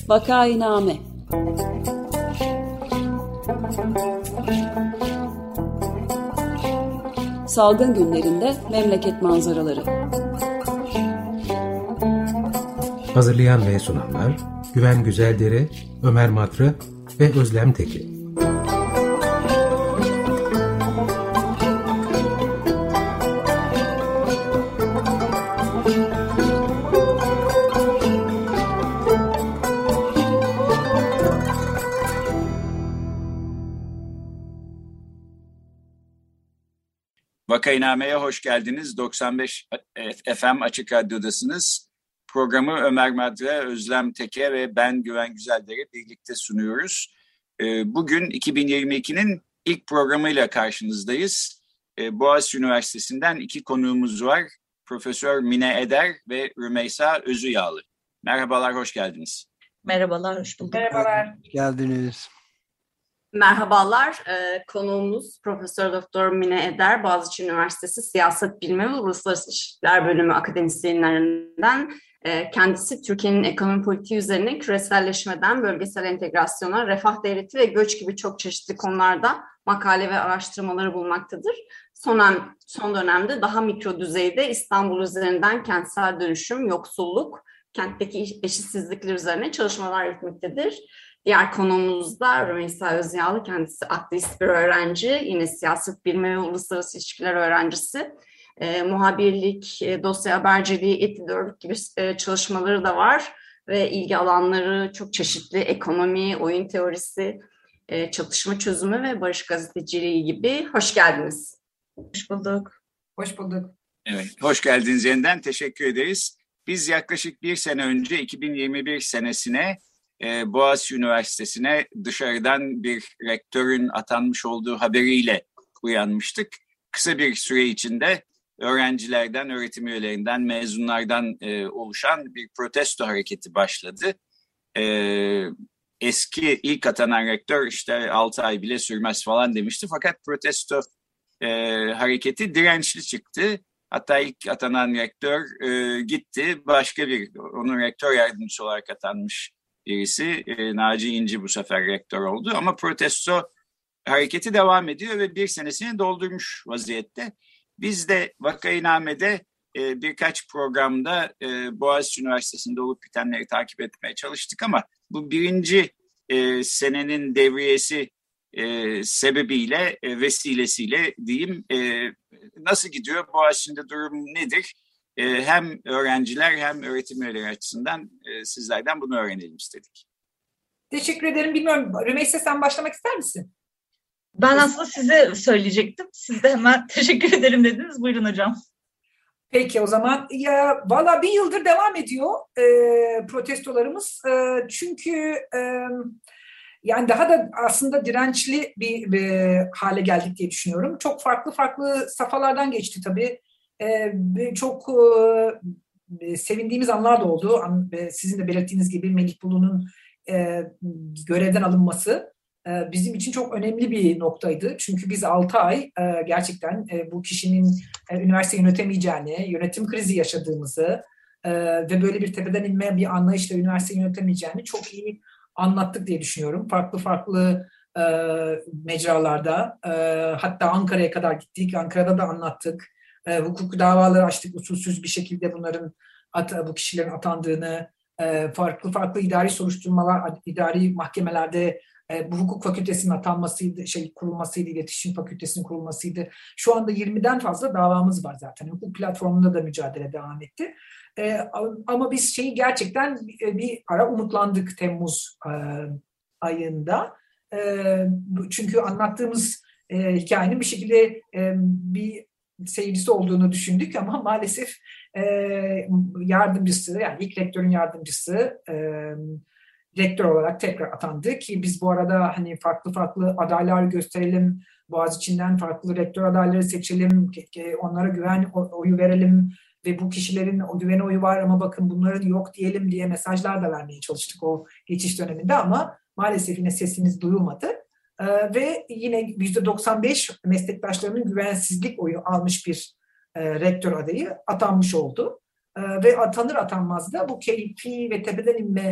Vakainame. Salgın günlerinde memleket manzaraları. Hazırlayan ve sunanlar Güven Güzeldere, Ömer Madra ve Özlem Tekin. Vakainame'ye hoş geldiniz. 95 FM Açık Radyo'dasınız. Programı Ömer Madra, Özlem Teke ve ben Güven Güzeldere birlikte sunuyoruz. Bugün 2022'nin ilk programıyla karşınızdayız. Boğaziçi Üniversitesi'nden iki konuğumuz var. Profesör Mine Eder ve Rümeysa Özüyağlı. Merhabalar, hoş geldiniz. Merhabalar, hoş bulduk. Merhabalar. Hoş geldiniz. Merhabalar, konuğumuz Profesör Doktor Mine Eder, Boğaziçi Üniversitesi Siyaset Bilimi ve Uluslararası İlişkiler Bölümü akademisyenlerinden. Kendisi Türkiye'nin ekonomi politiği üzerine küreselleşmeden bölgesel entegrasyona, refah devleti ve göç gibi çok çeşitli konularda makale ve araştırmaları bulmaktadır. Son dönemde daha mikro düzeyde İstanbul üzerinden kentsel dönüşüm, yoksulluk, kentteki eşitsizlikler üzerine çalışmalar yürütmektedir. Diğer konuğumuz da Rümeysa Özüyağlı, kendisi aktivist bir öğrenci, yine siyaset bilimi ve uluslararası ilişkiler öğrencisi. Muhabirlik, dosya haberciliği, editörlük gibi çalışmaları da var ve ilgi alanları çok çeşitli: ekonomi, oyun teorisi, çatışma çözümü ve barış gazeteciliği gibi. Hoş geldiniz. Hoş bulduk. Hoş bulduk. Evet, hoş geldiniz yeniden. Teşekkür ederiz. Biz yaklaşık bir sene önce 2021 senesine Boğaziçi Üniversitesi'ne dışarıdan bir rektörün atanmış olduğu haberiyle uyanmıştık. Kısa bir süre içinde öğrencilerden, öğretim üyelerinden, mezunlardan oluşan bir protesto hareketi başladı. Eski ilk atanan rektör işte 6 ay bile sürmez falan demişti. Fakat protesto hareketi dirençli çıktı. Hatta ilk atanan rektör gitti. Başka onun rektör yardımcısı olarak atanmış birisi, Naci İnci bu sefer rektör oldu. Ama protesto hareketi devam ediyor ve bir senesini doldurmuş vaziyette. Biz de Vakainame'de birkaç programda Boğaziçi Üniversitesi'nde olup bitenleri takip etmeye çalıştık ama bu birinci senenin devriyesi sebebiyle, vesilesiyle diyeyim, nasıl gidiyor? Boğaziçi'nde durum nedir? Hem öğrenciler hem öğretim üyeleri açısından sizlerden bunu öğrenelim istedik. Teşekkür ederim. Bilmiyorum, Rümeysa sen başlamak ister misin? Ben aslında size söyleyecektim. Siz de hemen teşekkür ederim dediniz. Buyurun hocam. Peki o zaman. Valla bir yıldır devam ediyor protestolarımız. Çünkü yani daha da aslında dirençli bir hale geldik diye düşünüyorum. Çok farklı safhalardan geçti tabii. Çok sevindiğimiz anlar da oldu. Sizin de belirttiğiniz gibi Melih Bulu'nun görevden alınması bizim için çok önemli bir noktaydı. Çünkü biz 6 ay gerçekten bu kişinin üniversite yönetemeyeceğini, yönetim krizi yaşadığımızı ve böyle bir tepeden inme bir anlayışla üniversite yönetemeyeceğini çok iyi anlattık diye düşünüyorum. Farklı mecralarda, hatta Ankara'ya kadar gittik. Ankara'da da anlattık. Hukuk davaları açtık, usulsüz bir şekilde bu kişilerin atandığını, farklı idari soruşturmalar, idari mahkemelerde bu hukuk fakültesinin atanmasıydı, kurulmasıydı, iletişim fakültesinin kurulmasıydı. Şu anda 20'den fazla davamız var zaten. Hukuk platformunda da mücadele devam etti. Ama biz gerçekten bir ara umutlandık Temmuz ayında. Çünkü anlattığımız hikayenin bir şekilde bir seyircisi olduğunu düşündük ama maalesef yardımcısı, yani ilk rektörün yardımcısı rektör olarak tekrar atandı ki biz bu arada hani farklı adaylar gösterelim, Boğaziçi'nden farklı rektör adayları seçelim, onlara güven oyu verelim ve bu kişilerin o güven oyu var ama bakın bunların yok diyelim diye mesajlar da vermeye çalıştık o geçiş döneminde ama maalesef yine sesimiz duyulmadı. Ve yine %95 meslektaşlarının güvensizlik oyu almış bir rektör adayı atanmış oldu. Ve atanır atanmaz da bu keyfi ve tepeden inme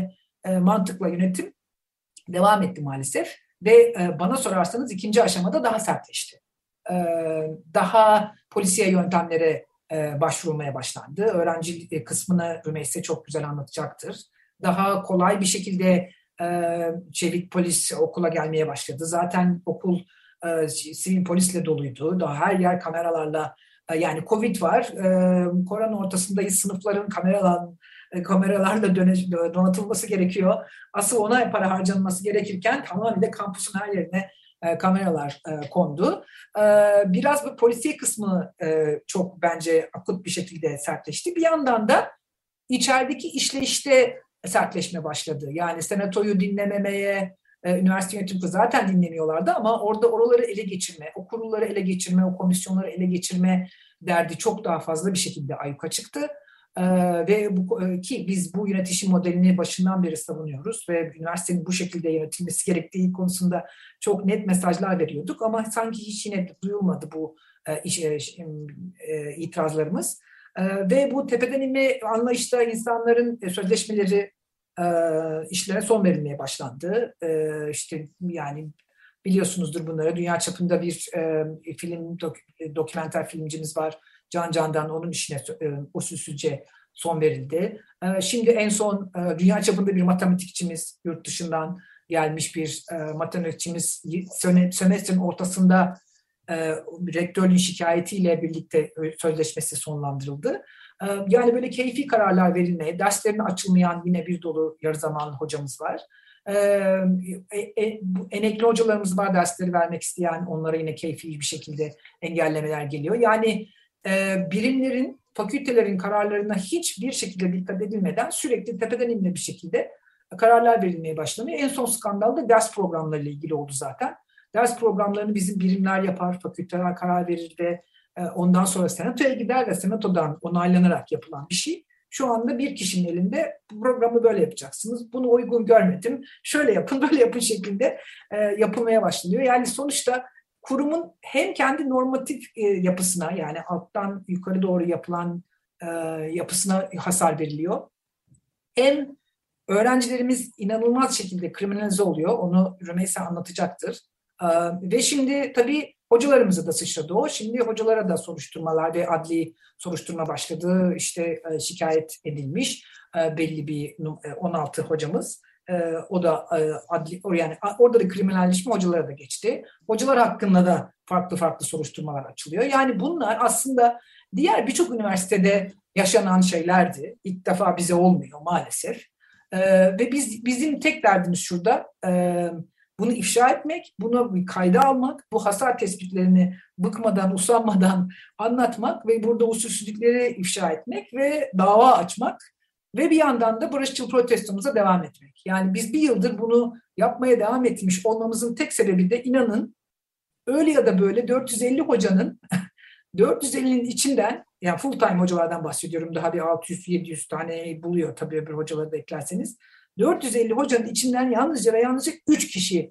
mantıkla yönetim devam etti maalesef. Ve bana sorarsanız ikinci aşamada daha sertleşti. Daha polisiye yöntemlere başvurulmaya başlandı. Öğrenci kısmını Rümeyse çok güzel anlatacaktır. Daha kolay bir şekilde çevik polis okula gelmeye başladı. Zaten okul sivil polisle doluydu. Daha her yer kameralarla, yani Covid var. Korona ortasındayız. Sınıfların kameralarla donatılması gerekiyor. Asıl ona para harcanması gerekirken tamamıyla kampüsün her yerine kameralar kondu. Biraz bu polisiye kısmı çok bence akut bir şekilde sertleşti. Bir yandan da içerideki işleyişte sertleşme başladı. Yani senatoyu dinlememeye, üniversite yönetiminde zaten dinlemiyorlardı ama orada oraları ele geçirme, o kurulları ele geçirme, o komisyonları ele geçirme derdi çok daha fazla bir şekilde ayyuka çıktı. Ve ki biz bu yönetişim modelini başından beri savunuyoruz ve üniversitenin bu şekilde yönetilmesi gerektiği konusunda çok net mesajlar veriyorduk ama sanki hiç yine duyulmadı bu itirazlarımız. Ve bu tepeden inme anlayışta insanların sözleşmeleri işlere son verilmeye başlandı. İşte yani biliyorsunuzdur bunları. Dünya çapında bir dokümenter filmcimiz var. Can Can'dan, onun işine usulsüzce son verildi. Şimdi en son dünya çapında bir matematikçimiz, yurt dışından gelmiş bir matematikçimiz sömestrin ortasında rektörlüğün şikayetiyle birlikte sözleşmesi sonlandırıldı. Yani böyle keyfi kararlar verilmeye, derslerine açılmayan yine bir dolu yarı zamanlı hocamız var. Emekli hocalarımız var, dersleri vermek isteyen, onlara yine keyfi bir şekilde engellemeler geliyor. Yani birimlerin, fakültelerin kararlarına hiçbir şekilde dikkat edilmeden sürekli tepeden inme bir şekilde kararlar verilmeye başlanıyor. En son skandal da ders programlarıyla ilgili oldu zaten. Ders programlarını bizim birimler yapar, fakülteler karar verir ve ondan sonra senatoya gider ve senatodan onaylanarak yapılan bir şey. Şu anda bir kişinin elinde bu programı böyle yapacaksınız, bunu uygun görmedim, şöyle yapın, böyle yapın şeklinde yapılmaya başlanıyor. Yani sonuçta kurumun hem kendi normatif yapısına, yani alttan yukarı doğru yapılan yapısına hasar veriliyor. Hem öğrencilerimiz inanılmaz şekilde kriminalize oluyor. Onu Rümeysa anlatacaktır. Ve şimdi tabii hocalarımıza da sıçradı o. Şimdi hocalara da soruşturmalar ve adli soruşturma başladı. İşte şikayet edilmiş belli bir 16 hocamız. O da adli, yani orada da kriminalleşme hocalara da geçti. Hocalar hakkında da farklı soruşturmalar açılıyor. Yani bunlar aslında diğer birçok üniversitede yaşanan şeylerdi. İlk defa bize olmuyor maalesef. Ve bizim tek derdimiz şurada bunu ifşa etmek, bunu bir kayda almak, bu hasar tespitlerini bıkmadan, usanmadan anlatmak ve burada usulsüzlükleri ifşa etmek ve dava açmak ve bir yandan da barışçıl protestomuza devam etmek. Yani biz bir yıldır bunu yapmaya devam etmiş olmamızın tek sebebi de inanın öyle ya da böyle 450 hocanın 450'nin içinden, yani full time hocalardan bahsediyorum, daha bir 600-700 tane buluyor tabii öbür hocaları da eklerseniz. 450 hocanın içinden yalnızca 3 kişi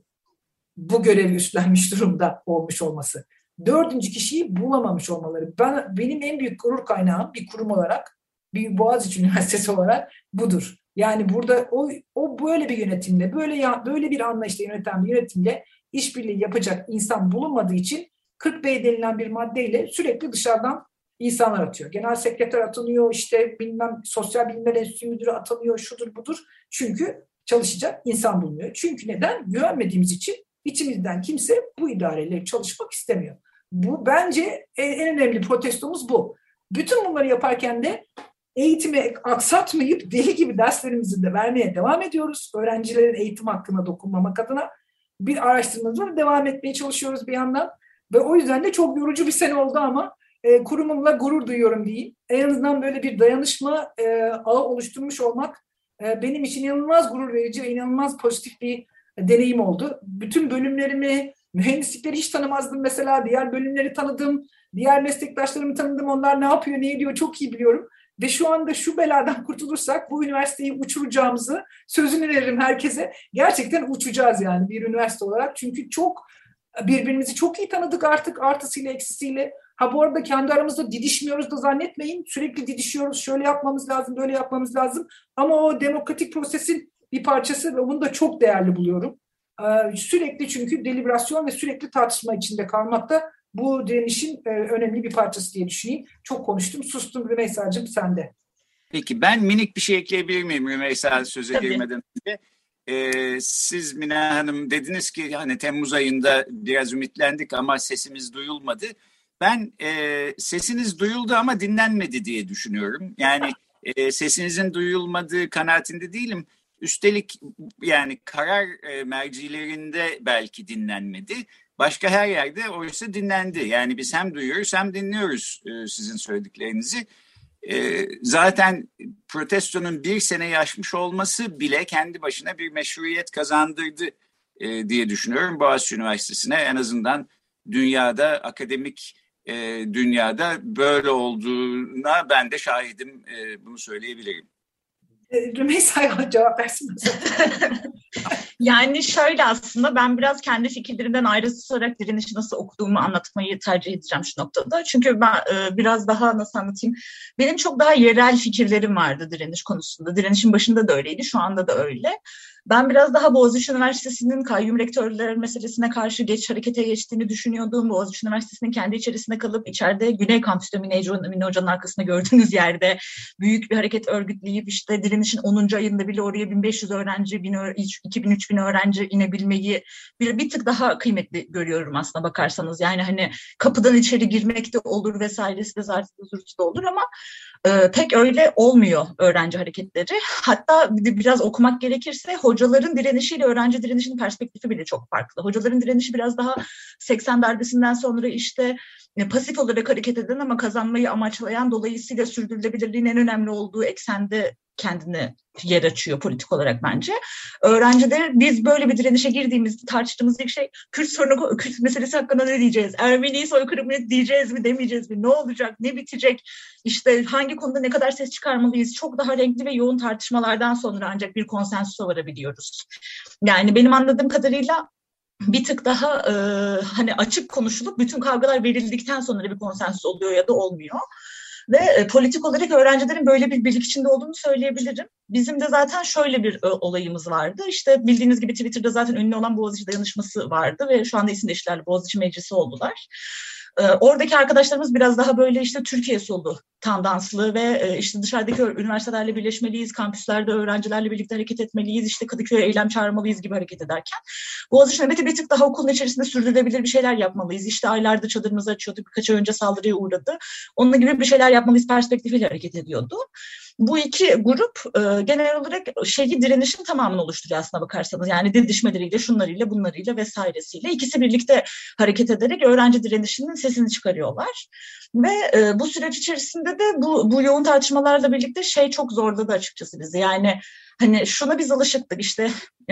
bu görevi üstlenmiş durumda olmuş olması. 4. kişiyi bulamamış olmaları. Benim en büyük gurur kaynağım bir kurum olarak, bir Boğaziçi Üniversitesi olarak budur. Yani burada o böyle bir yönetimle, böyle bir anlayışla yöneten bir yönetimle işbirliği yapacak insan bulunmadığı için 40B denilen bir maddeyle sürekli dışarıdan insanlar atıyor. Genel sekreter atanıyor, işte bilmem sosyal bilimler enstitüsü müdürü atanıyor, şudur budur. Çünkü çalışacak insan bulmuyor. Çünkü neden? Güvenmediğimiz için içimizden kimse bu idareyle çalışmak istemiyor. Bu bence en önemli protestomuz bu. Bütün bunları yaparken de eğitimi aksatmayıp deli gibi derslerimizi de vermeye devam ediyoruz. Öğrencilerin eğitim hakkına dokunmamak adına bir araştırmamıza devam etmeye çalışıyoruz bir yandan. Ve o yüzden de çok yorucu bir sene oldu ama kurumumla gurur duyuyorum diyeyim. En azından böyle bir dayanışma ağı oluşturmuş olmak benim için inanılmaz gurur verici ve inanılmaz pozitif bir deneyim oldu. Bütün bölümlerimi, mühendislikleri hiç tanımazdım mesela. Diğer bölümleri tanıdım, diğer meslektaşlarımı tanıdım. Onlar ne yapıyor, ne ediyor çok iyi biliyorum. Ve şu anda şu beladan kurtulursak bu üniversiteyi uçuracağımızı sözünü veririm herkese. Gerçekten uçacağız yani bir üniversite olarak. Çünkü birbirimizi çok iyi tanıdık artık, artısıyla eksisiyle. Bu arada kendi aramızda didişmiyoruz da zannetmeyin. Sürekli didişiyoruz. Şöyle yapmamız lazım, böyle yapmamız lazım. Ama o demokratik prosesin bir parçası ve bunu da çok değerli buluyorum. Sürekli çünkü deliberasyon ve sürekli tartışma içinde kalmak da bu direnişin önemli bir parçası diye düşüneyim. Çok konuştum, sustum. Rümeysa'cığım sen de. Peki ben minik bir şey ekleyebilir miyim Rümeysa söze Tabii. girmeden önce? Siz Mine Hanım dediniz ki hani Temmuz ayında biraz ümitlendik ama sesimiz duyulmadı. Ben sesiniz duyuldu ama dinlenmedi diye düşünüyorum. Yani sesinizin duyulmadığı kanaatinde değilim. Üstelik yani karar mercilerinde belki dinlenmedi. Başka her yerde oysa dinlendi. Yani biz hem duyuyoruz hem dinliyoruz sizin söylediklerinizi. Zaten protestonun 1 seneyi aşmış olması bile kendi başına bir meşruiyet kazandırdı diye düşünüyorum Boğaziçi Üniversitesi'ne. En azından dünyada, akademik dünyada böyle olduğuna ben de şahidim, bunu söyleyebilirim. Rümeysa'ya cevap versin. Yani şöyle aslında ben biraz kendi fikirlerimden ayrılarak direnişi nasıl okuduğumu anlatmayı tercih edeceğim şu noktada. Çünkü ben biraz daha nasıl anlatayım, benim çok daha yerel fikirlerim vardı direniş konusunda. Direnişin başında da öyleydi, şu anda da öyle. Ben biraz daha Boğaziçi Üniversitesi'nin kayyum rektörler meselesine karşı geç harekete geçtiğini düşünüyordum. Boğaziçi Üniversitesi'nin kendi içerisinde kalıp içeride Güney Kampüs'te Mine Hoca'nın arkasında gördüğünüz yerde büyük bir hareket örgütleyip işte direnişin 10. ayında bile oraya 1500 öğrenci, 2000-3000 öğrenci inebilmeyi bir tık daha kıymetli görüyorum aslında bakarsanız. Yani hani kapıdan içeri girmek de olur vesairesi de zaten da olur ama pek öyle olmuyor öğrenci hareketleri. Hatta biraz okumak gerekirse hocaların direnişiyle öğrenci direnişinin perspektifi bile çok farklı. Hocaların direnişi biraz daha 80 darbesinden sonra işte pasif olarak hareket eden ama kazanmayı amaçlayan, dolayısıyla sürdürülebilirliğin en önemli olduğu eksende kendine yer açıyor politik olarak bence. Öğrenciler biz böyle bir direnişe girdiğimizde tartıştığımız ilk şey Kürt meselesi hakkında ne diyeceğiz? Ermeni soykırımı diyeceğiz mi demeyeceğiz mi? Ne olacak? Ne bitecek? İşte hangi konuda ne kadar ses çıkarmalıyız? Çok daha renkli ve yoğun tartışmalardan sonra ancak bir konsensüse varabiliyoruz. Yani benim anladığım kadarıyla bir tık daha hani açık konuşulup bütün kavgalar verildikten sonra bir konsensüs oluyor ya da olmuyor. Ve politik olarak öğrencilerin böyle bir birlik içinde olduğunu söyleyebilirim. Bizim de zaten şöyle bir olayımız vardı. İşte bildiğiniz gibi Twitter'da zaten ünlü olan Boğaziçi Dayanışması vardı ve şu anda isim değiştirdiler, Boğaziçi Meclisi oldular. Oradaki arkadaşlarımız biraz daha böyle işte Türkiye solu tandanslı ve işte dışarıdaki üniversitelerle birleşmeliyiz, kampüslerde öğrencilerle birlikte hareket etmeliyiz, işte Kadıköy'e eylem çağırmalıyız gibi hareket ederken Boğaziçi nöbeti bir tık daha okulun içerisinde sürdürülebilir bir şeyler yapmalıyız. İşte aylardır çadırımızı açıyorduk, birkaç ay önce saldırıya uğradı. Onun gibi bir şeyler yapmalıyız perspektifiyle hareket ediyordu. Bu iki grup genel olarak direnişin tamamını oluşturuyor aslına bakarsanız. Yani didişmeleriyle, şunlarıyla, bunlarıyla vesairesiyle. İkisi birlikte hareket ederek öğrenci direnişinin sesini çıkarıyorlar. Ve bu süreç içerisinde de bu yoğun tartışmalarla birlikte çok zorladı açıkçası bizi. Yani hani şuna biz alışıktık işte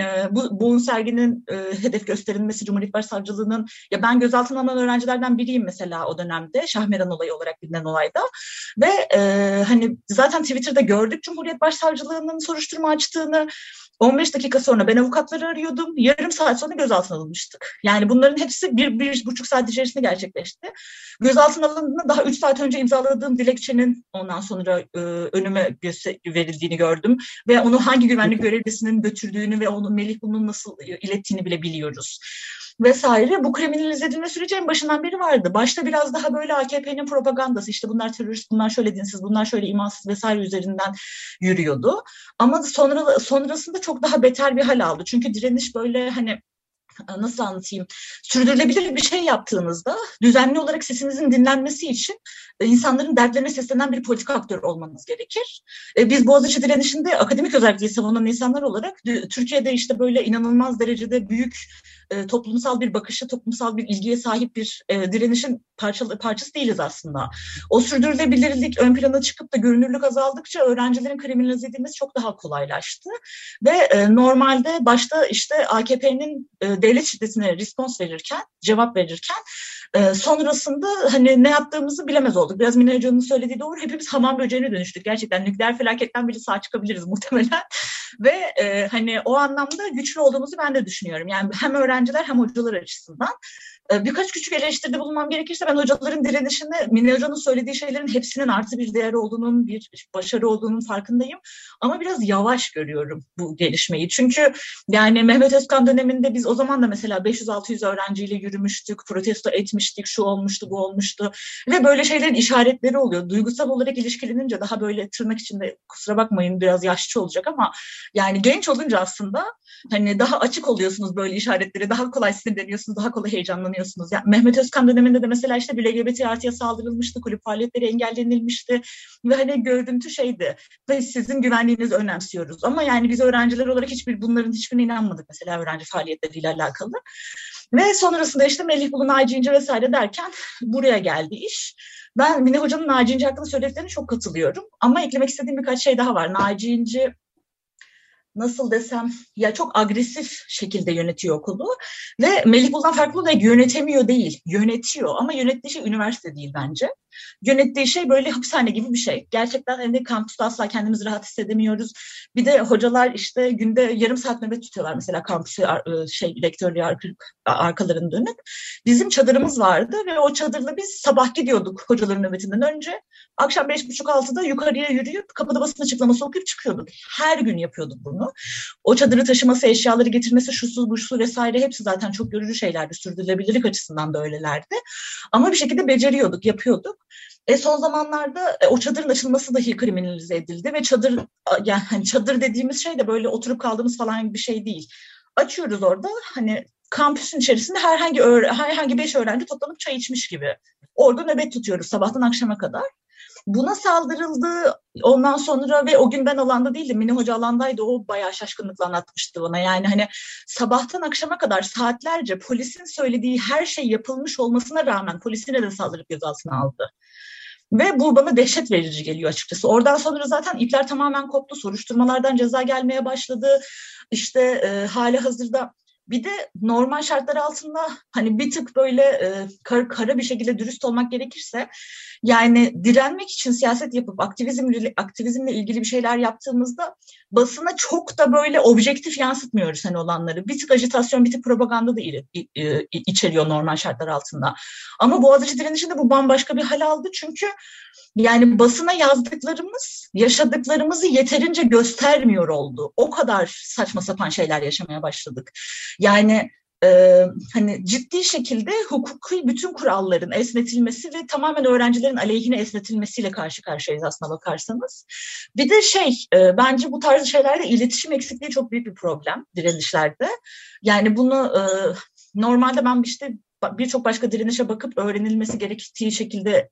bu serginin hedef gösterilmesi Cumhuriyet Başsavcılığı'nın, ya ben gözaltına alınan öğrencilerden biriyim mesela o dönemde, Şahmeran olayı olarak bilinen olayda ve hani zaten Twitter'da gördük Cumhuriyet Başsavcılığı'nın soruşturma açtığını. 15 dakika sonra ben avukatları arıyordum. Yarım saat sonra gözaltına alınmıştık. Yani bunların hepsi bir buçuk saat içerisinde gerçekleşti. Gözaltına alındığında daha 3 saat önce imzaladığım dilekçenin ondan sonra önüme verildiğini gördüm. Ve onu hangi güvenlik görevlisinin götürdüğünü ve onu Melih Bulu'nun nasıl ilettiğini bile biliyoruz. Vesaire. Bu kriminalize edilme süreci en başından beri vardı. Başta biraz daha böyle AKP'nin propagandası, işte bunlar terörist, bunlar şöyle dinsiz, bunlar şöyle imansız vesaire üzerinden yürüyordu. Ama sonrasında çok daha beter bir hal aldı. Çünkü direniş böyle hani nasıl anlatayım, sürdürülebilir bir şey yaptığınızda düzenli olarak sesinizin dinlenmesi için insanların dertlerine seslenen bir politik aktör olmanız gerekir. Biz Boğaziçi direnişinde akademik özelliği savunan insanlar olarak Türkiye'de işte böyle inanılmaz derecede büyük toplumsal bir bakışı, toplumsal bir ilgiye sahip bir direnişin parçası değiliz aslında. O sürdürülebilirlik ön plana çıkıp da görünürlük azaldıkça öğrencilerin kriminalize edilmesi çok daha kolaylaştı. Ve normalde başta işte AKP'nin devlet şiddetine cevap verirken sonrasında hani ne yaptığımızı bilemez olduk. Biraz Mine Hoca'nın söylediği doğru. Hepimiz hamam böceğine dönüştük. Gerçekten nükleer felaketten bile sağ çıkabiliriz muhtemelen. Ve hani o anlamda güçlü olduğumuzu ben de düşünüyorum. Yani hem öğrenciler hem hocalar açısından. Birkaç küçük eleştiride bulunmam gerekirse ben hocaların direnişini, Mine Hoca'nın söylediği şeylerin hepsinin artı bir değer olduğunun, bir başarı olduğunun farkındayım. Ama biraz yavaş görüyorum bu gelişmeyi. Çünkü yani Mehmet Özkan döneminde biz o zaman da mesela 500-600 öğrenciyle yürümüştük, protesto etmiştik, şu olmuştu, bu olmuştu. Ve böyle şeylerin işaretleri oluyor. Duygusal olarak ilişkilenince daha böyle tırnak içinde, kusura bakmayın biraz yaşlı olacak ama yani genç olunca aslında hani daha açık oluyorsunuz böyle işaretlere, daha kolay sinirleniyorsunuz, daha kolay heyecanlanıyorsunuz. Yani Mehmet Özkan döneminde de mesela işte bir LGBT artıya saldırılmıştı, kulüp faaliyetleri engellenilmişti ve hani görüntü şeydi, ve sizin güvenliğinizi önemsiyoruz. Ama yani biz öğrenciler olarak bunların hiçbirine inanmadık mesela öğrenci faaliyetleriyle alakalı. Ve sonrasında işte Melih Bulu, Naci İnce vesaire derken buraya geldi iş. Ben Mine Hoca'nın Naci İnce hakkında söylediklerine çok katılıyorum. Ama eklemek istediğim birkaç şey daha var. Naci İnce nasıl desem ya çok agresif şekilde yönetiyor okulu ve Melih Buldan farklı olarak yönetemiyor değil, yönetiyor ama yönettiği şey üniversite değil bence. Yönettiği şey böyle hapishane gibi bir şey. Gerçekten hani kampüste asla kendimizi rahat hissedemiyoruz. Bir de hocalar işte günde yarım saat nöbet tutuyorlar mesela kampüsü rektörlüğü arkalarını dönüp. Bizim çadırımız vardı ve o çadırla biz sabah gidiyorduk hocaların nöbetinden önce. Akşam 5.30-6'da yukarıya yürüyüp kapıda basın açıklaması okuyup çıkıyorduk. Her gün yapıyorduk bunu. O çadırı taşıması, eşyaları getirmesi, şusu, buşsu vesaire hepsi zaten çok yorucu şeylerdi. Sürdürülebilirlik açısından da öylelerdi. Ama bir şekilde beceriyorduk, yapıyorduk. Son zamanlarda o çadırın açılması dahi kriminalize edildi ve çadır, yani hani çadır dediğimiz şey de böyle oturup kaldığımız falan bir şey değil. Açıyoruz orada hani kampüsün içerisinde herhangi 5 öğrenci toplanıp çay içmiş gibi. Orada nöbet tutuyoruz sabahtan akşama kadar. Buna saldırıldı ondan sonra ve o gün ben alanda değildim. Mine Hoca alandaydı. O bayağı şaşkınlıkla anlatmıştı bana. Yani hani sabahtan akşama kadar saatlerce polisin söylediği her şey yapılmış olmasına rağmen polisine de saldırıp gözaltına aldı. Ve bu bana dehşet verici geliyor açıkçası. Oradan sonra zaten ipler tamamen koptu. Soruşturmalardan ceza gelmeye başladı. İşte hali hazırda bir de normal şartlar altında hani bir tık böyle kara bir şekilde dürüst olmak gerekirse yani direnmek için siyaset yapıp aktivizmle ilgili bir şeyler yaptığımızda basına çok da böyle objektif yansıtmıyoruz hani olanları. Bir tık ajitasyon, bir tık propaganda da içeriyor normal şartlar altında. Ama Boğaziçi direnişinde bu bambaşka bir hal aldı çünkü yani basına yazdıklarımız, yaşadıklarımızı yeterince göstermiyor oldu. O kadar saçma sapan şeyler yaşamaya başladık. Yani hani ciddi şekilde hukuki bütün kuralların esnetilmesi ve tamamen öğrencilerin aleyhine esnetilmesiyle karşı karşıyayız aslına bakarsanız. Bir de bence bu tarz şeylerde iletişim eksikliği çok büyük bir problem direnişlerde. Yani bunu normalde ben işte birçok başka direnişe bakıp öğrenilmesi gerektiği şekilde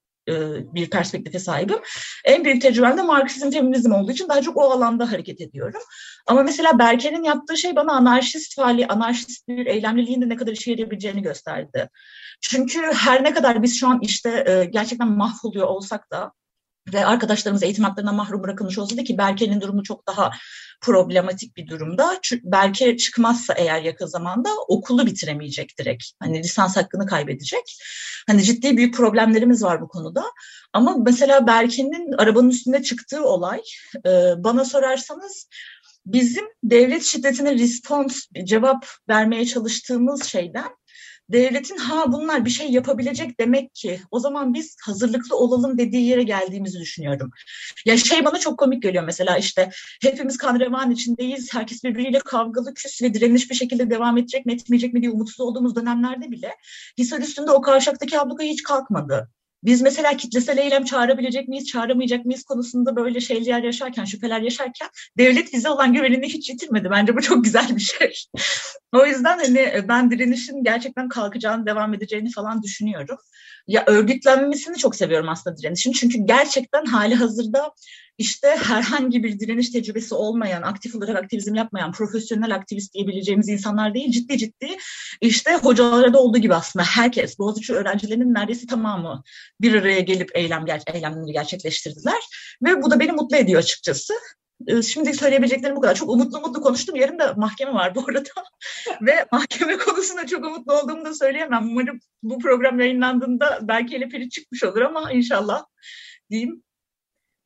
bir perspektife sahibim. En büyük tecrübem de Marksizm, feminizm olduğu için daha çok o alanda hareket ediyorum. Ama mesela Berker'in yaptığı şey bana anarşist bir eylemliliğin de ne kadar işe yarayabileceğini gösterdi. Çünkü her ne kadar biz şu an işte gerçekten mahvoluyor olsak da ve arkadaşlarımız eğitim haklarından mahrum bırakılmış olsa da ki Berker'in durumu çok daha problematik bir durumda. Çünkü Berker çıkmazsa eğer yakın zamanda okulu bitiremeyecek direkt. Hani lisans hakkını kaybedecek. Hani ciddi büyük problemlerimiz var bu konuda. Ama mesela Berker'in arabanın üstünde çıktığı olay bana sorarsanız bizim devlet şiddetine cevap vermeye çalıştığımız şeyden devletin bunlar bir şey yapabilecek demek ki o zaman biz hazırlıklı olalım dediği yere geldiğimizi düşünüyorum. Ya bana çok komik geliyor mesela işte hepimiz kan revan içindeyiz. Herkes birbiriyle kavgalı, küs ve direniş bir şekilde devam edecek mi etmeyecek mi diye umutsuz olduğumuz dönemlerde bile Hisar üstünde o kavşaktaki abluka hiç kalkmadı. Biz mesela kitlesel eylem çağırabilecek miyiz, çağıramayacak mıyız konusunda böyle şeyler yaşarken, şüpheler yaşarken devlet bize olan güvenini hiç yitirmedi. Bence bu çok güzel bir şey. O yüzden hani ben direnişin gerçekten kalkacağını, devam edeceğini falan düşünüyorum. Ya örgütlenmesini çok seviyorum aslında direnişin. Çünkü gerçekten hali hazırda işte herhangi bir direniş tecrübesi olmayan, aktif olarak aktivizm yapmayan, profesyonel aktivist diyebileceğimiz insanlar değil, ciddi işte hocalara da olduğu gibi aslında herkes, Boğaziçi öğrencilerinin neredeyse tamamı bir araya gelip eylemleri gerçekleştirdiler. Ve bu da beni mutlu ediyor açıkçası. Şimdi söyleyebileceklerim bu kadar. Çok umutlu konuştum. Yarın da mahkeme var bu arada. Ve mahkeme konusunda çok umutlu olduğumu da söyleyemem. Umarım bu program yayınlandığında belki ele peri çıkmış olur ama inşallah diyeyim.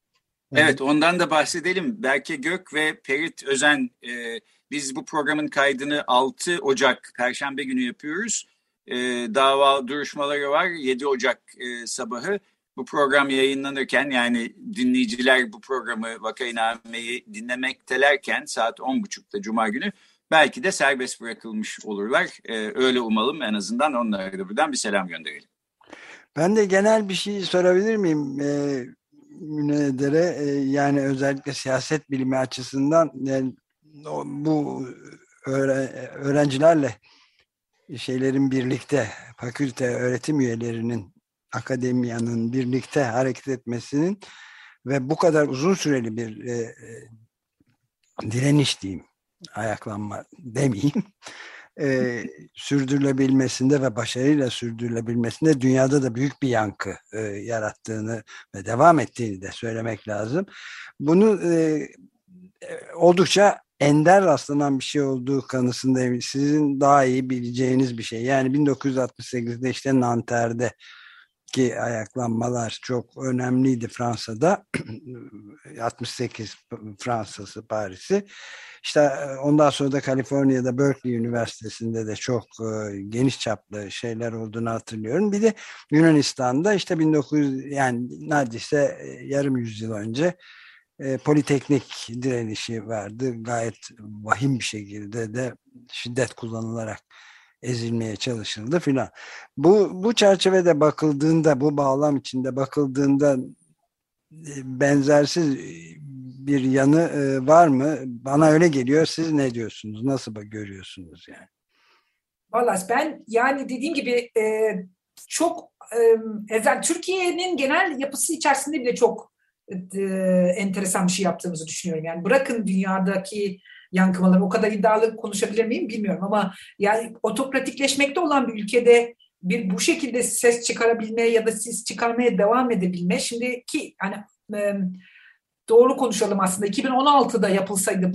Evet, ondan da bahsedelim. Berke Gök ve Perit Özen, biz bu programın kaydını 6 Ocak Perşembe günü yapıyoruz. Dava duruşmaları var 7 Ocak sabahı. Bu program yayınlanırken, yani dinleyiciler bu programı, Vakainame'yi dinlemektelerken saat 10.30'da Cuma günü belki de serbest bırakılmış olurlar. Öyle umalım, en azından onlara da buradan bir selam gönderelim. Ben de genel bir şey sorabilir miyim Müneder'e? Yani özellikle siyaset bilimi açısından, yani bu öğrencilerle şeylerin birlikte, fakülte öğretim üyelerinin, akademiyanın birlikte hareket etmesinin ve bu kadar uzun süreli bir direniş diyeyim, ayaklanma demeyeyim, sürdürülebilmesinde ve başarıyla sürdürülebilmesinde dünyada da büyük bir yankı yarattığını ve devam ettiğini de söylemek lazım. Bunu oldukça ender rastlanan bir şey olduğu kanısındayım. Sizin daha iyi bileceğiniz bir şey. Yani 1968'de işte Nanter'deki ayaklanmalar çok önemliydi Fransa'da. 68 Fransa'sı, Paris'i. İşte ondan sonra da Kaliforniya'da Berkeley Üniversitesi'nde de çok geniş çaplı şeyler olduğunu hatırlıyorum. Bir de Yunanistan'da işte 1900, yani neredeyse yarım yüzyıl önce politeknik direnişi vardı. Gayet vahim bir şekilde de şiddet kullanılarak ezilmeye çalışıldı filan. Bu çerçevede bakıldığında, bu bağlam içinde bakıldığında benzersiz bir yanı var mı? Bana öyle geliyor. Siz ne diyorsunuz? Nasıl görüyorsunuz yani? Vallahi ben, yani dediğim gibi çok Türkiye'nin genel yapısı içerisinde bile çok enteresan bir şey yaptığımızı düşünüyorum. Yani bırakın dünyadaki yankımaları, o kadar iddialı konuşabilir miyim bilmiyorum ama yani otokratikleşmekte olan bir ülkede bu şekilde ses çıkarabilmeye ya da ses çıkarmaya devam edebilme, şimdiki hani doğru konuşalım, aslında 2016'da yapılsaydı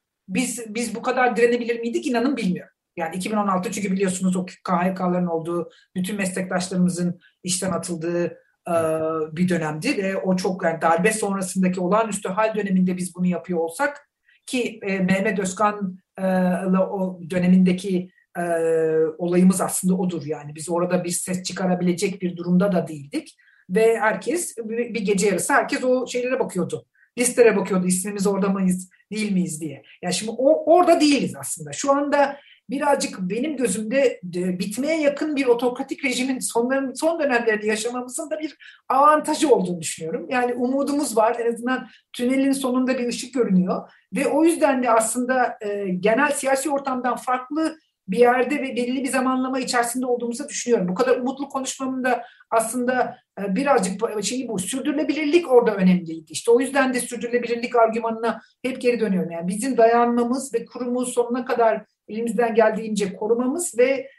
biz bu kadar direnebilir miydik, inanın bilmiyorum. Yani 2016, çünkü biliyorsunuz o KHK'ların olduğu, bütün meslektaşlarımızın işten atıldığı bir dönemdi ve o çok, yani darbe sonrasındaki olağanüstü hal döneminde biz bunu yapıyor olsak ki Mehmet Özkan'la o dönemindeki olayımız aslında odur. Yani biz orada bir ses çıkarabilecek bir durumda da değildik ve herkes bir gece yarısı herkes o şeylere bakıyordu. Listelere bakıyordu, ismimiz orada mıyız değil miyiz diye. Yani şimdi orada değiliz aslında. Şu anda birazcık benim gözümde bitmeye yakın bir otokratik rejimin son dönemlerini yaşamamızın da bir avantajı olduğunu düşünüyorum. Yani umudumuz var. En azından tünelin sonunda bir ışık görünüyor. Ve o yüzden de aslında genel siyasi ortamdan farklı bir yerde ve belirli bir zamanlama içerisinde olduğumuzu düşünüyorum. Bu kadar umutlu konuşmamın da aslında birazcık bu. Sürdürülebilirlik orada önemliydi. İşte o yüzden de sürdürülebilirlik argümanına hep geri dönüyorum. Yani bizim dayanmamız ve kurumu sonuna kadar elimizden geldiğince korumamız ve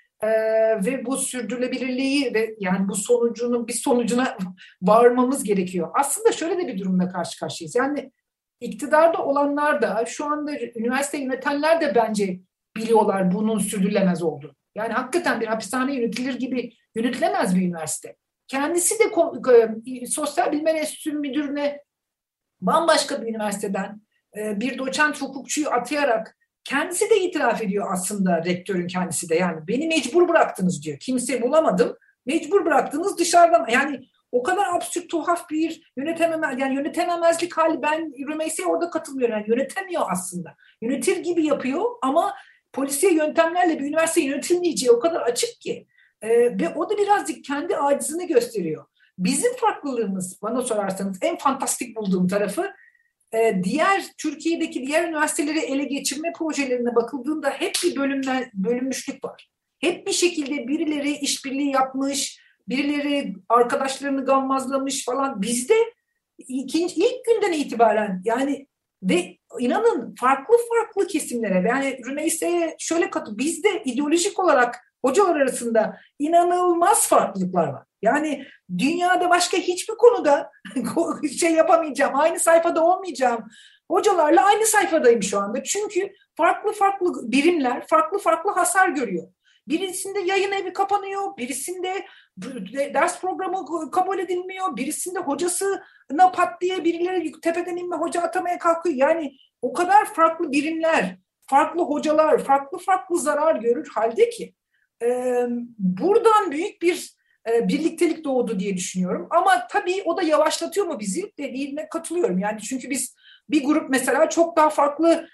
bu sürdürülebilirliği ve yani bu sonucuna varmamız gerekiyor. Aslında şöyle de bir durumla karşı karşıyayız. Yani iktidarda olanlar da, şu anda üniversite yönetenler de bence biliyorlar bunun sürdürülemez olduğunu. Yani hakikaten bir hapishane yönetilir gibi yönetilemez bir üniversite. Kendisi de Sosyal Bilimler Enstitüsü müdürüne bambaşka bir üniversiteden bir doçent hukukçuyu atayarak kendisi de itiraf ediyor aslında, rektörün kendisi de. Yani beni mecbur bıraktınız diyor. Kimse bulamadım. Mecbur bıraktınız dışarıdan. Yani o kadar absürt, tuhaf bir yönetememezlik hali. Ben Rümeyse'ye orada katılmıyorum. Yani yönetemiyor aslında. Yönetir gibi yapıyor ama polisiye yöntemlerle bir üniversite yönetilmeyeceği o kadar açık ki. Ve o da birazcık kendi acizini gösteriyor. Bizim farklılığımız, bana sorarsanız, en fantastik bulduğum tarafı, Türkiye'deki diğer üniversiteleri ele geçirme projelerine bakıldığında hep bir bölünmüşlük var. Hep bir şekilde birileri işbirliği yapmış, birileri arkadaşlarını gammazlamış falan. Bizde ilk günden itibaren, yani ve inanın farklı kesimlere, yani Rümeyse'ye şöyle bizde ideolojik olarak hocalar arasında inanılmaz farklılıklar var. Yani dünyada başka hiçbir konuda yapamayacağım, aynı sayfada olmayacağım hocalarla aynı sayfadayım şu anda. Çünkü farklı birimler farklı hasar görüyor. Birisinde yayın evi kapanıyor, birisinde ders programı kabul edilmiyor, birisinde hocasına pat diye birileri tepeden inme hoca atamaya kalkıyor. Yani o kadar farklı birimler, farklı hocalar, farklı zarar görür halde ki buradan büyük bir birliktelik doğdu diye düşünüyorum. Ama tabii o da yavaşlatıyor mu bizi dediğine katılıyorum. Yani çünkü biz bir grup mesela çok daha farklı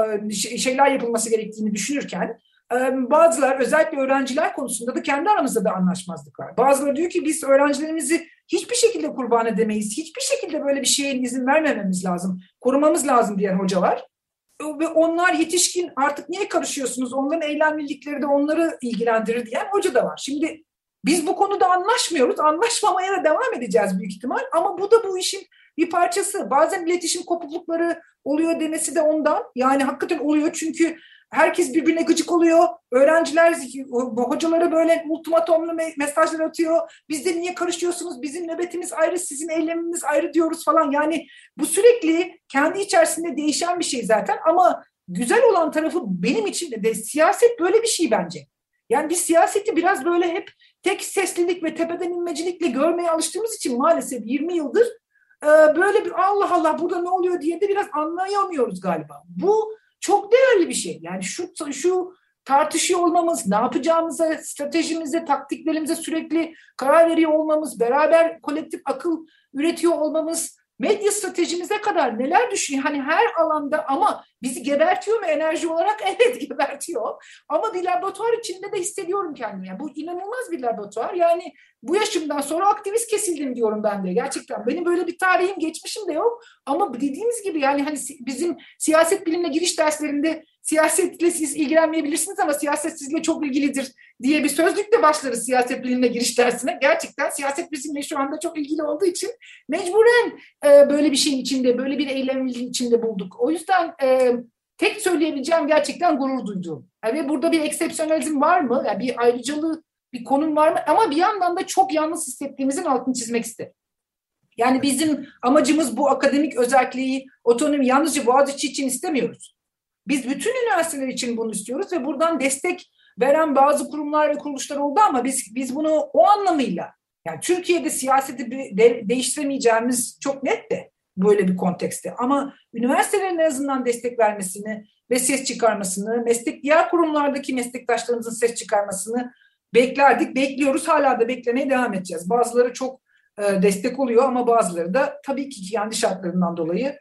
şeyler yapılması gerektiğini düşünürken bazılar, özellikle öğrenciler konusunda da kendi aramızda da anlaşmazlık var. Bazıları diyor ki biz öğrencilerimizi hiçbir şekilde kurban edemeyiz. Hiçbir şekilde böyle bir şeye izin vermememiz lazım. Korumamız lazım diyen hoca var. Ve onlar yetişkin, artık niye karışıyorsunuz? Onların eylemlilikleri de onları ilgilendirir diyen hoca da var. Şimdi biz bu konuda anlaşmıyoruz. Anlaşmamaya da devam edeceğiz büyük ihtimal. Ama bu da bu işin bir parçası. Bazen iletişim kopuklukları oluyor demesi de ondan. Yani hakikaten oluyor çünkü herkes birbirine gıcık oluyor. Öğrenciler hocalara böyle ultimatomlu mesajlar atıyor. Biz de niye karışıyorsunuz? Bizim nöbetimiz ayrı, sizin eyleminiz ayrı diyoruz falan. Yani bu sürekli kendi içerisinde değişen bir şey zaten. Ama güzel olan tarafı benim için de siyaset böyle bir şey bence. Yani biz siyaseti biraz böyle hep tek seslilik ve tepeden inmecilikle görmeye alıştığımız için maalesef 20 yıldır böyle bir Allah Allah burada ne oluyor diye de biraz anlayamıyoruz galiba. Bu çok değerli bir şey. Yani şu tartışıyor olmamız, ne yapacağımıza, stratejimize, taktiklerimize sürekli karar veriyor olmamız, beraber kolektif akıl üretiyor olmamız, medya stratejimize kadar neler düşünüyor? Hani her alanda, ama bizi gebertiyor mu enerji olarak? Evet, gebertiyor. Ama bir laboratuvar içinde de hissediyorum kendimi. Yani bu inanılmaz bir laboratuvar. Yani bu yaşımdan sonra aktivist kesildim diyorum ben de. Gerçekten benim böyle bir tarihim, geçmişim de yok. Ama dediğimiz gibi yani hani bizim siyaset bilimine giriş derslerinde siyasetle siz ilgilenmeyebilirsiniz ama siyaset sizinle çok ilgilidir diye bir sözlükle başlarız siyaset bilimine giriş dersine. Gerçekten siyaset bizimle şu anda çok ilgili olduğu için mecburen böyle bir şeyin içinde, böyle bir eylemin içinde bulduk. O yüzden tek söyleyebileceğim gerçekten gurur duyduğum. Ve burada bir eksepsiyonalizm var mı? Yani bir ayrıcalığı, bir konum var mı? Ama bir yandan da çok yalnız hissettiğimizin altını çizmek isterim. Yani bizim amacımız bu akademik özelliği, otonomi yalnızca Boğaziçi için istemiyoruz. Biz bütün üniversiteler için bunu istiyoruz ve buradan destek veren bazı kurumlar ve kuruluşlar oldu ama biz bunu o anlamıyla, yani Türkiye'de siyaseti değiştiremeyeceğimiz çok net de böyle bir kontekste. Ama üniversitelerin en azından destek vermesini ve ses çıkarmasını, diğer kurumlardaki meslektaşlarımızın ses çıkarmasını beklerdik, bekliyoruz. Hala da beklemeye devam edeceğiz. Bazıları çok destek oluyor ama bazıları da tabii ki kendi şartlarından dolayı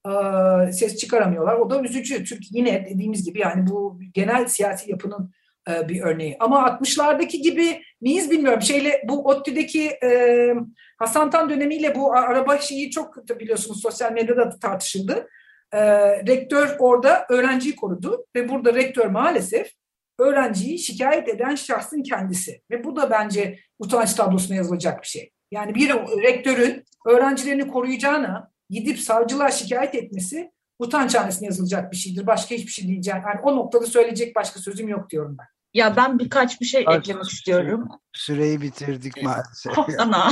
ses çıkaramıyorlar. O da üzücü. Türkiye yine dediğimiz gibi yani bu genel siyasi yapının bir örneği. Ama 60'lardaki gibi miyiz bilmiyorum. Bu ODTÜ'deki Hasan Tan dönemiyle bu araba şeyi çok biliyorsunuz sosyal medyada tartışıldı. Rektör orada öğrenciyi korudu ve burada rektör maalesef öğrenciyi şikayet eden şahsın kendisi. Ve bu da bence utanç tablosuna yazılacak bir şey. Yani bir rektörün öğrencilerini koruyacağına gidip savcılığa şikayet etmesi utanç hanesine yazılacak bir şeydir. Başka hiçbir şey diyeceğim. Yani o noktada söyleyecek başka sözüm yok diyorum ben. Ya ben birkaç bir şey eklemek istiyorum. Süreyi bitirdik maalesef. Ana.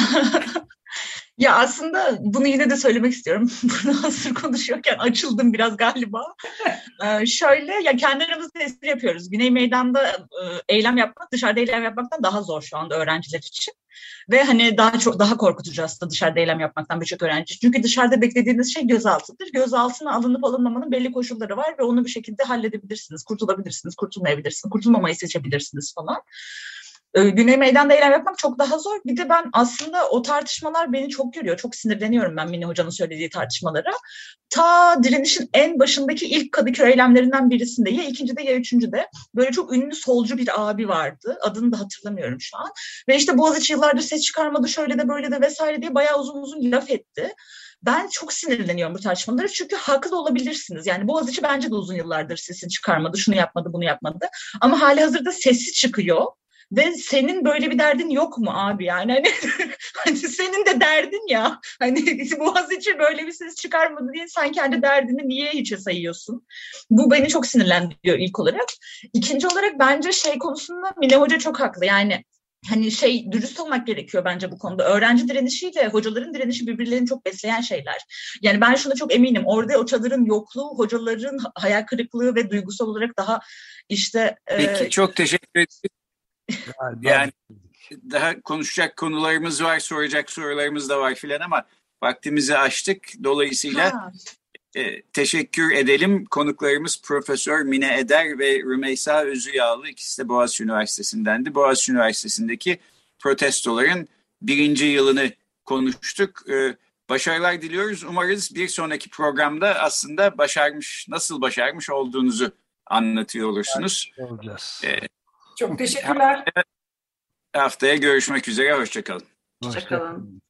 Ya aslında bunu yine de söylemek istiyorum. Burada hazır konuşuyorken açıldım biraz galiba. Şöyle ya kendi aramızda espri yapıyoruz. Güney Meydan'da eylem yapmak dışarıda eylem yapmaktan daha zor şu anda öğrenciler için. Ve hani daha korkutucu aslında dışarıda eylem yapmaktan birçok öğrenci. Çünkü dışarıda beklediğiniz şey gözaltıdır. Gözaltına alınıp alınmamanın belli koşulları var ve onu bir şekilde halledebilirsiniz. Kurtulabilirsiniz, kurtulmayabilirsiniz, kurtulmamayı seçebilirsiniz falan. Güney Meydan'da eylem yapmak çok daha zor. Bir de ben aslında o tartışmalar beni çok yoruyor. Çok sinirleniyorum ben Mine Hoca'nın söylediği tartışmalara. Ta direnişin en başındaki ilk Kadıköy eylemlerinden birisinde ya ikincide ya üçüncüde böyle çok ünlü solcu bir abi vardı. Adını da hatırlamıyorum şu an. Ve işte Boğaziçi yıllardır ses çıkarmadı şöyle de böyle de vesaire diye bayağı uzun uzun laf etti. Ben çok sinirleniyorum bu tartışmalara çünkü haklı olabilirsiniz. Yani Boğaziçi bence de uzun yıllardır sesini çıkarmadı, şunu yapmadı, bunu yapmadı. Ama hali hazırda sesi çıkıyor. Ve senin böyle bir derdin yok mu abi yani hani senin de derdin ya hani Boğaziçi böyle bir ses çıkarmadı diye sen kendi derdini niye hiçe sayıyorsun? Bu beni çok sinirlendiriyor ilk olarak. İkinci olarak bence konusunda Mine Hoca çok haklı yani hani dürüst olmak gerekiyor bence bu konuda. Öğrenci direnişiyle hocaların direnişi birbirlerini çok besleyen şeyler. Yani ben şuna çok eminim. Orada o çadırın yokluğu, hocaların hayal kırıklığı ve duygusal olarak daha Peki çok teşekkür ederim. Yani daha konuşacak konularımız var, soracak sorularımız da var filan ama vaktimizi aştık. Dolayısıyla teşekkür edelim. Konuklarımız Profesör Mine Eder ve Rümeysa Özüyağlı, ikisi de Boğaziçi Üniversitesi'ndendi. Boğaziçi Üniversitesi'ndeki protestoların 1. yılını konuştuk. Başarılar diliyoruz. Umarız bir sonraki programda aslında nasıl başarmış olduğunuzu anlatıyor olursunuz. Çok teşekkürler. Haftaya görüşmek üzere. Hoşçakalın. Hoşçakalın.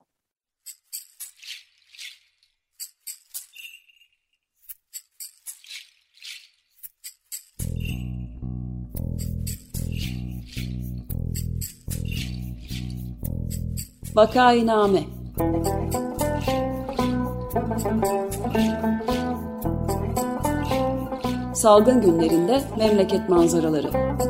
Vakainame. Salgın günlerinde memleket manzaraları.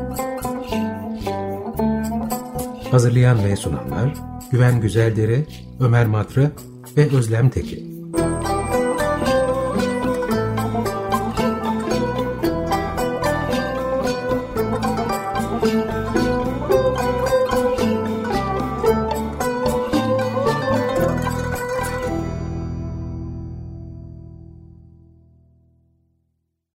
Hazırlayan ve sunanlar Güven Güzeldere, Ömer Madra ve Özlem Tekin.